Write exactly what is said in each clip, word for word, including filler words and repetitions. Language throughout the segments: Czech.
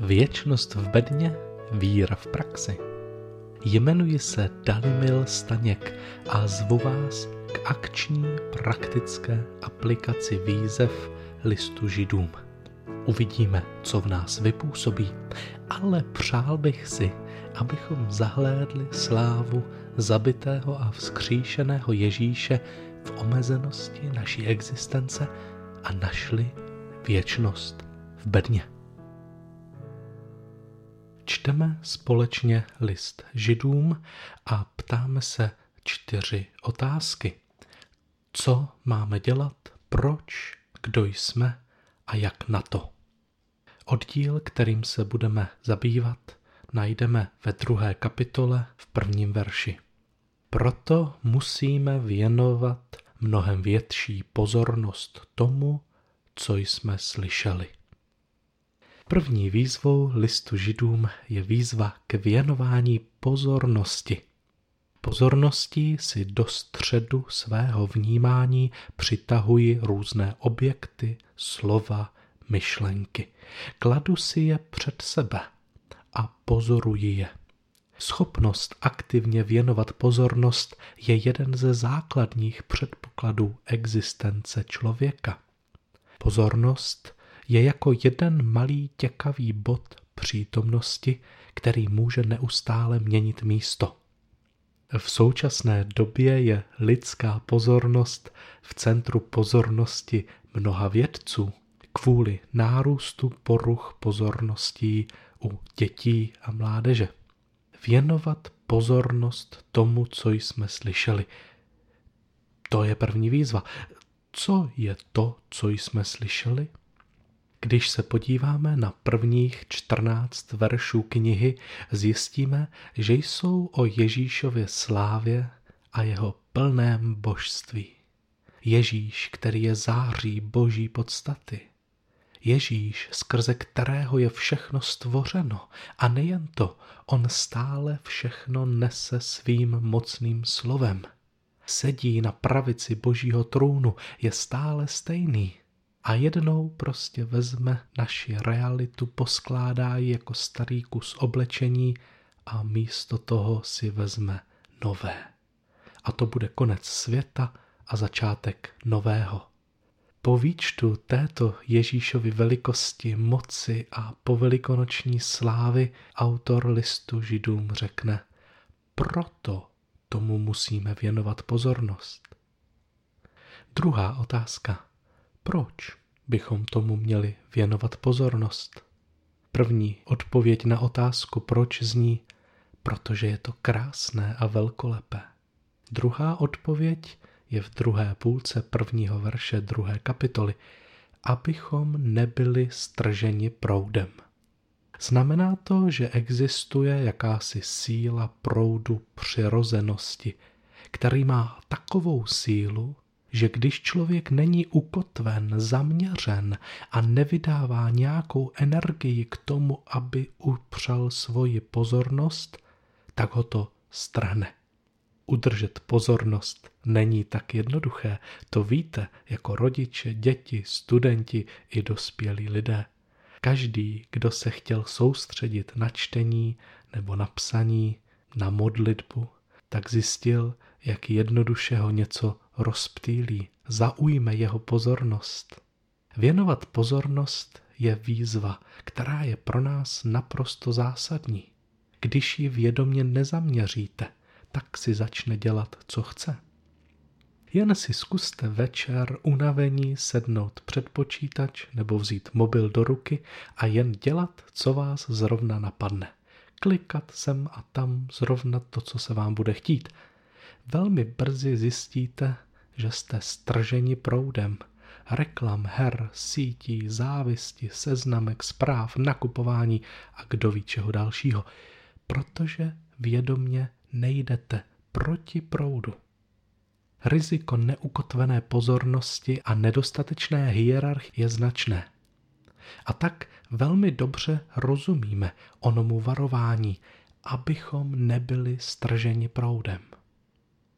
Věčnost v bedně, víra v praxi. Jmenuji se Dalimil Staněk a zvu vás k akční praktické aplikaci výzev listu Židům. Uvidíme, co v nás vypůsobí, ale přál bych si, abychom zahlédli slávu zabitého a vzkříšeného Ježíše v omezenosti naší existence a našli věčnost v bedně. Čteme společně list Židům a ptáme se čtyři otázky. Co máme dělat, proč, kdo jsme a jak na to? Oddíl, kterým se budeme zabývat, najdeme ve druhé kapitole v prvním verši. Proto musíme věnovat mnohem větší pozornost tomu, co jsme slyšeli. První výzvou listu Židům je výzva k věnování pozornosti. Pozorností si do středu svého vnímání přitahuji různé objekty, slova, myšlenky. Kladu si je před sebe a pozoruji je. Schopnost aktivně věnovat pozornost je jeden ze základních předpokladů existence člověka. Pozornost je jako jeden malý těkavý bod přítomnosti, který může neustále měnit místo. V současné době je lidská pozornost v centru pozornosti mnoha vědců kvůli nárůstu poruch pozorností u dětí a mládeže. Věnovat pozornost tomu, co jsme slyšeli. To je první výzva. Co je to, co jsme slyšeli? Když se podíváme na prvních čtrnáct veršů knihy, zjistíme, že jsou o Ježíšově slávě a jeho plném božství. Ježíš, který je září boží podstaty. Ježíš, skrze kterého je všechno stvořeno. A nejen to, on stále všechno nese svým mocným slovem. Sedí na pravici božího trůnu, je stále stejný. A jednou prostě vezme naši realitu, poskládá ji jako starý kus oblečení a místo toho si vezme nové. A to bude konec světa a začátek nového. Po výčtu této Ježíšovy velikosti, moci a povelikonoční slávy autor listu Židům řekne: proto tomu musíme věnovat pozornost. Druhá otázka. Proč bychom tomu měli věnovat pozornost? První odpověď na otázku proč zní, protože je to krásné a velkolepé. Druhá odpověď je v druhé půlce prvního verše druhé kapitoly, abychom nebyli strženi proudem. Znamená to, že existuje jakási síla proudu přirozenosti, který má takovou sílu, že když člověk není ukotven, zaměřen a nevydává nějakou energii k tomu, aby upřel svoji pozornost, tak ho to strhne. Udržet pozornost není tak jednoduché, to víte jako rodiče, děti, studenti i dospělí lidé. Každý, kdo se chtěl soustředit na čtení nebo na psaní, na modlitbu, tak zjistil, jak jednoduše ho něco rozptýlí, zaujme jeho pozornost. Věnovat pozornost je výzva, která je pro nás naprosto zásadní. Když ji vědomě nezaměříte, tak si začne dělat, co chce. Jen si zkuste večer unavení sednout před počítač nebo vzít mobil do ruky a jen dělat, co vás zrovna napadne. Klikat sem a tam zrovna to, co se vám bude chtít. Velmi brzy zjistíte, že jste strženi proudem. Reklam, her, sítí, závisti, seznamek, zpráv, nakupování a kdo ví čeho dalšího. Protože vědomě nejdete proti proudu. Riziko neukotvené pozornosti a nedostatečné hierarchie je značné. A tak velmi dobře rozumíme onomu varování, abychom nebyli strženi proudem.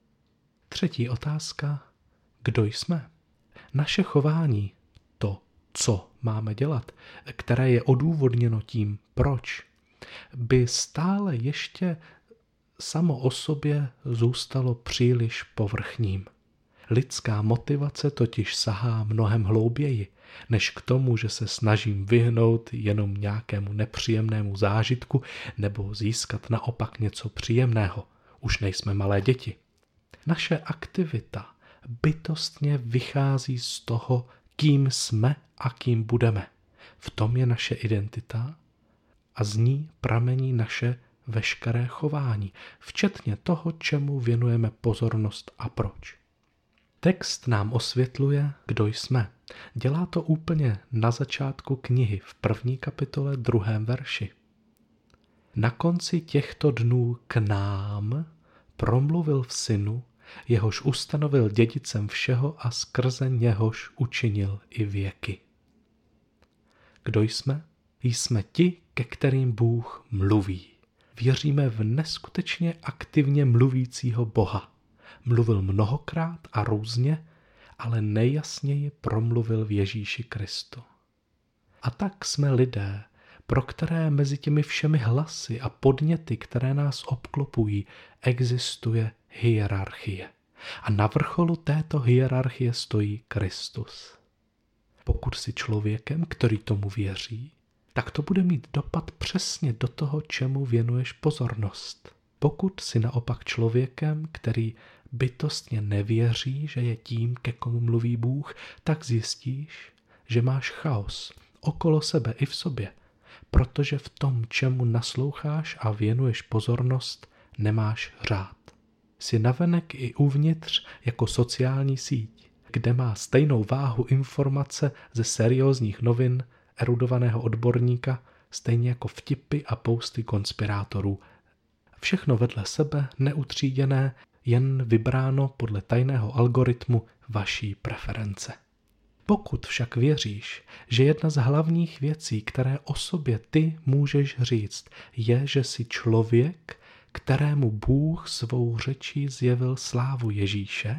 Třetí otázka. Kdo jsme? Naše chování, to, co máme dělat, které je odůvodněno tím, proč, by stále ještě samo o sobě zůstalo příliš povrchním. Lidská motivace totiž sahá mnohem hlouběji, než k tomu, že se snažím vyhnout jenom nějakému nepříjemnému zážitku nebo získat naopak něco příjemného. Už nejsme malé děti. Naše aktivita bytostně vychází z toho, kým jsme a kým budeme. V tom je naše identita a z ní pramení naše veškeré chování, včetně toho, čemu věnujeme pozornost a proč. Text nám osvětluje, kdo jsme. Dělá to úplně na začátku knihy, v první kapitole, druhém verši. Na konci těchto dnů k nám promluvil v Synu, jehož ustanovil dědicem všeho a skrze něhož učinil i věky. Kdo jsme? Jsme ti, ke kterým Bůh mluví. Věříme v neskutečně aktivně mluvícího Boha. Mluvil mnohokrát a různě, ale nejjasněji promluvil v Ježíši Kristu. A tak jsme lidé, pro které mezi těmi všemi hlasy a podněty, které nás obklopují, existuje hierarchie. A na vrcholu této hierarchie stojí Kristus. Pokud jsi člověkem, který tomu věří, tak to bude mít dopad přesně do toho, čemu věnuješ pozornost. Pokud jsi naopak člověkem, který bytostně nevěří, že je tím, ke komu mluví Bůh, tak zjistíš, že máš chaos okolo sebe i v sobě, protože v tom, čemu nasloucháš a věnuješ pozornost, nemáš řád. Jsi navenek i uvnitř jako sociální síť, kde má stejnou váhu informace ze seriózních novin, erudovaného odborníka, stejně jako vtipy a pousty konspirátorů. Všechno vedle sebe, neutříděné, jen vybráno podle tajného algoritmu vaší preference. Pokud však věříš, že jedna z hlavních věcí, které o sobě ty můžeš říct, je, že jsi člověk, kterému Bůh svou řečí zjevil slávu Ježíše,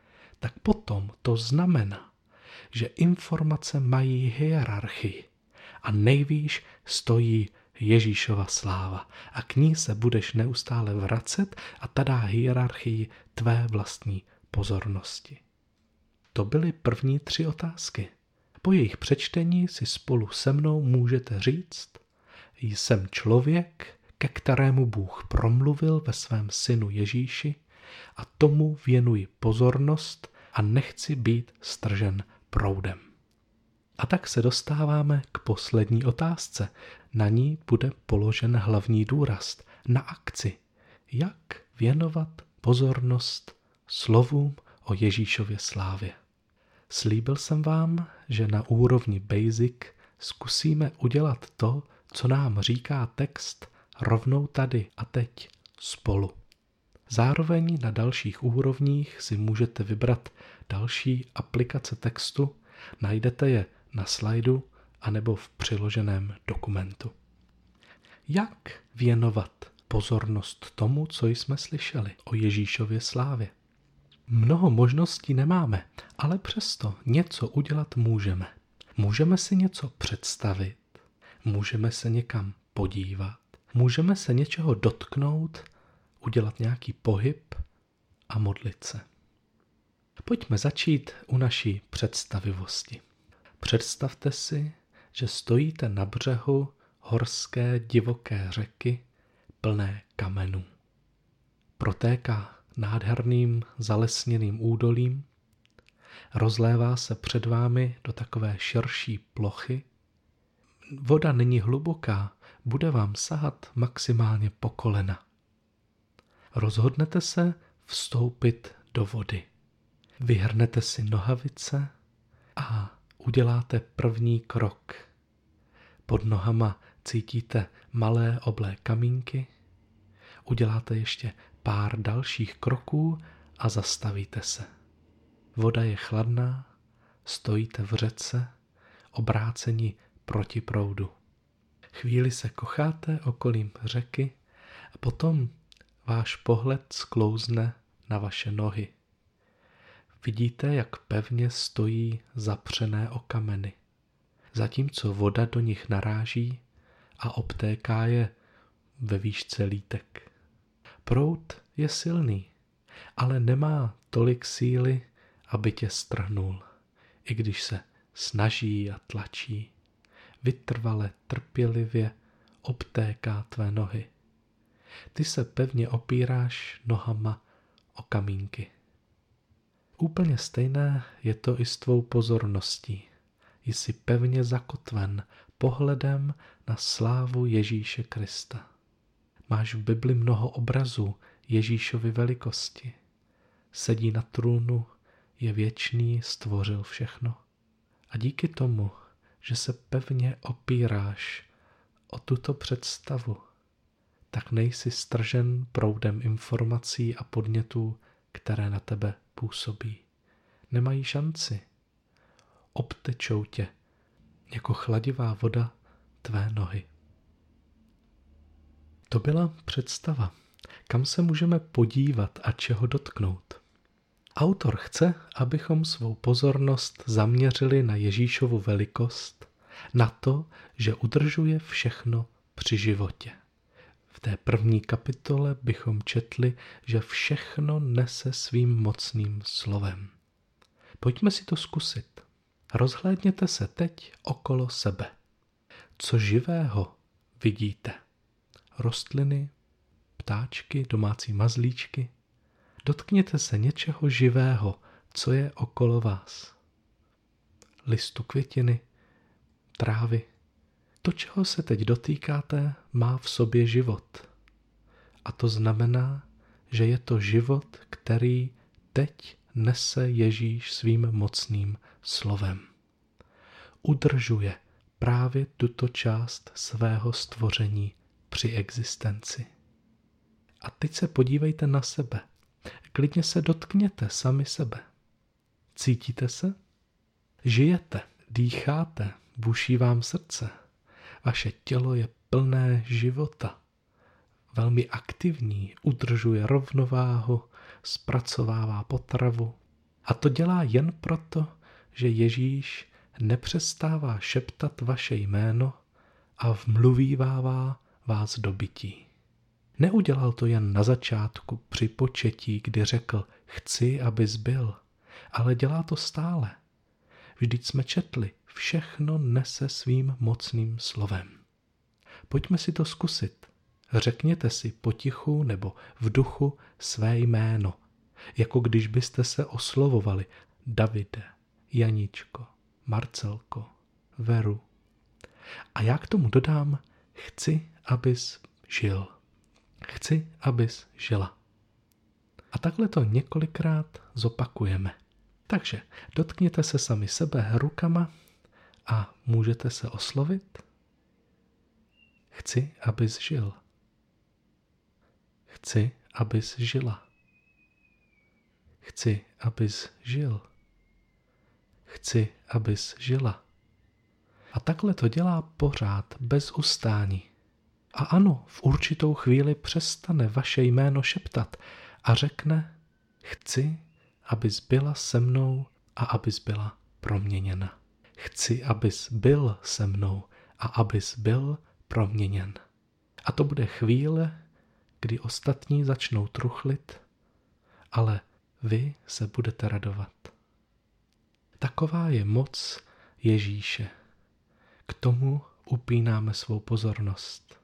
tak potom to znamená, že informace mají hierarchii a nejvýš stojí Ježíšova sláva a k ní se budeš neustále vracet a ta dá hierarchii tvé vlastní pozornosti. To byly první tři otázky. Po jejich přečtení si spolu se mnou můžete říct: jsem člověk, ke kterému Bůh promluvil ve svém Synu Ježíši a tomu věnuji pozornost a nechci být stržen proudem. A tak se dostáváme k poslední otázce. Na ní bude položen hlavní důraz na akci. Jak věnovat pozornost slovům o Ježíšově slávě. Slíbil jsem vám, že na úrovni basic zkusíme udělat to, co nám říká text rovnou tady a teď spolu. Zároveň na dalších úrovních si můžete vybrat další aplikace textu, najdete je na slajdu anebo v přiloženém dokumentu. Jak věnovat pozornost tomu, co jsme slyšeli o Ježíšově slávě? Mnoho možností nemáme, ale přesto něco udělat můžeme. Můžeme si něco představit, můžeme se někam podívat, můžeme se něčeho dotknout, udělat nějaký pohyb a modlit se. Pojďme začít u naší představivosti. Představte si, že stojíte na břehu horské divoké řeky plné kamenů. Protéká nádherným zalesněným údolím, rozlévá se před vámi do takové širší plochy. Voda není hluboká, bude vám sahat maximálně po kolena. Rozhodnete se vstoupit do vody. Vyhrnete si nohavice a uděláte první krok. Pod nohama cítíte malé oblé kamínky, uděláte ještě pár dalších kroků a zastavíte se. Voda je chladná, stojíte v řece, obráceni proti proudu. Chvíli se kocháte okolím řeky a potom váš pohled sklouzne na vaše nohy. Vidíte, jak pevně stojí zapřené o kameny. zatímco voda do nich naráží a obtéká je ve výšce lítek. Proud je silný, ale nemá tolik síly, aby tě strhnul, i když se snaží a tlačí. Vytrvale, trpělivě obtéká tvé nohy. Ty se pevně opíráš nohama o kamínky. Úplně stejné je to i s tvou pozorností. Jsi pevně zakotven pohledem na slávu Ježíše Krista. Máš v Bibli mnoho obrazů Ježíšovy velikosti. Sedí na trůnu, je věčný, stvořil všechno. A díky tomu, že se pevně opíráš o tuto představu, tak nejsi stržen proudem informací a podnětů, které na tebe působí. Nemají šanci. Obtečou tě jako chladivá voda tvé nohy. To byla představa, kam se můžeme podívat a čeho dotknout. Autor chce, abychom svou pozornost zaměřili na Ježíšovu velikost, na to, že udržuje všechno při životě. V té první kapitole bychom četli, že všechno nese svým mocným slovem. Pojďme si to zkusit. Rozhlédněte se teď okolo sebe. Co živého vidíte? Rostliny, ptáčky, domácí mazlíčky? Dotkněte se něčeho živého, co je okolo vás. Listu květiny, trávy. To, čeho se teď dotýkáte, má v sobě život. A to znamená, že je to život, který teď nese Ježíš svým mocným slovem. Udržuje právě tuto část svého stvoření při existenci. A teď se podívejte na sebe. Klidně se dotkněte sami sebe. Cítíte se? Žijete, dýcháte, buší vám srdce. Vaše tělo je plné života. Velmi aktivní, udržuje rovnováhu, zpracovává potravu. A to dělá jen proto, že Ježíš nepřestává šeptat vaše jméno a vmluvívává vás do bytí. Neudělal to jen na začátku při početí, kdy řekl chci, abys byl, ale dělá to stále. Vždyť jsme četli, všechno nese svým mocným slovem. Pojďme si to zkusit. Řekněte si potichu nebo v duchu své jméno, jako když byste se oslovovali Davide, Janíčko, Marcelko, Veru. A já k tomu dodám, chci, abys žil. Chci, abys žila. A takhle to několikrát zopakujeme. Takže dotkněte se sami sebe rukama a můžete se oslovit. Chci, abys žil. Chci, abys žila. Chci, abys žil. Chci, abys žila. A takhle to dělá pořád, bez ustání. A ano, v určitou chvíli přestane vaše jméno šeptat a řekne, chci, abys byla se mnou a abys byla proměněna. Chci, abys byl se mnou a abys byl proměněn. A to bude chvíle, kdy ostatní začnou truchlit, ale vy se budete radovat. Taková je moc Ježíše. K tomu upínáme svou pozornost.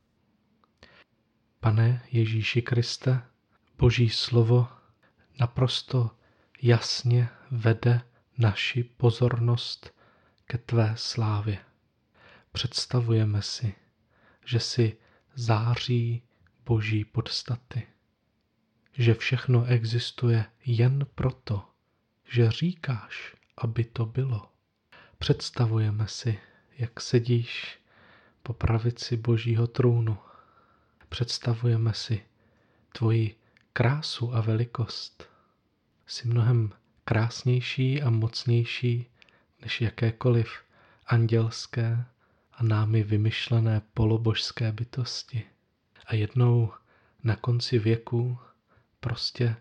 Pane Ježíši Kriste, Boží slovo naprosto jasně vede naši pozornost ke tvé slávě. Představujeme si, že si září Boží podstaty, že všechno existuje jen proto, že říkáš, aby to bylo. Představujeme si, jak sedíš po pravici Božího trůnu. Představujeme si tvoji krásu a velikost. Jsi mnohem krásnější a mocnější než jakékoliv andělské a námi vymyšlené polobožské bytosti. A jednou na konci věku prostě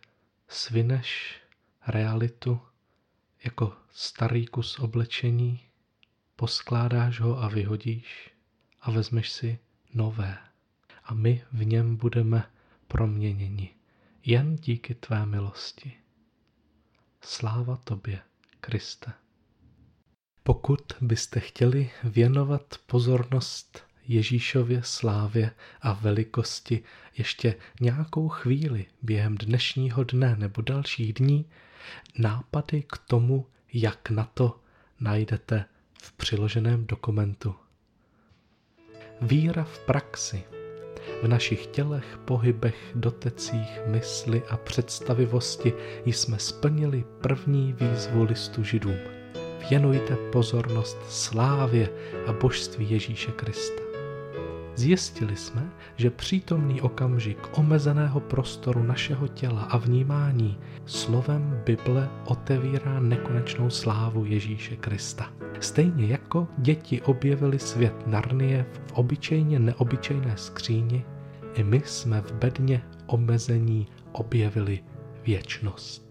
svineš realitu jako starý kus oblečení, poskládáš ho a vyhodíš a vezmeš si nové. A my v něm budeme proměněni jen díky tvé milosti. Sláva tobě, Kriste. Pokud byste chtěli věnovat pozornost Ježíšově slávě a velikosti ještě nějakou chvíli během dnešního dne nebo dalších dní, nápady k tomu, jak na to, najdete v přiloženém dokumentu. Víra v praxi. V našich tělech, pohybech, dotecích, mysli a představivosti jsme splnili první výzvu listu Židům. Věnujte pozornost slávě a božství Ježíše Krista. Zjistili jsme, že přítomný okamžik omezeného prostoru našeho těla a vnímání slovem Bible otevírá nekonečnou slávu Ježíše Krista. Stejně jako děti objevili svět Narnie v obyčejně neobyčejné skříni, i my jsme v bedně omezení objevili věčnost.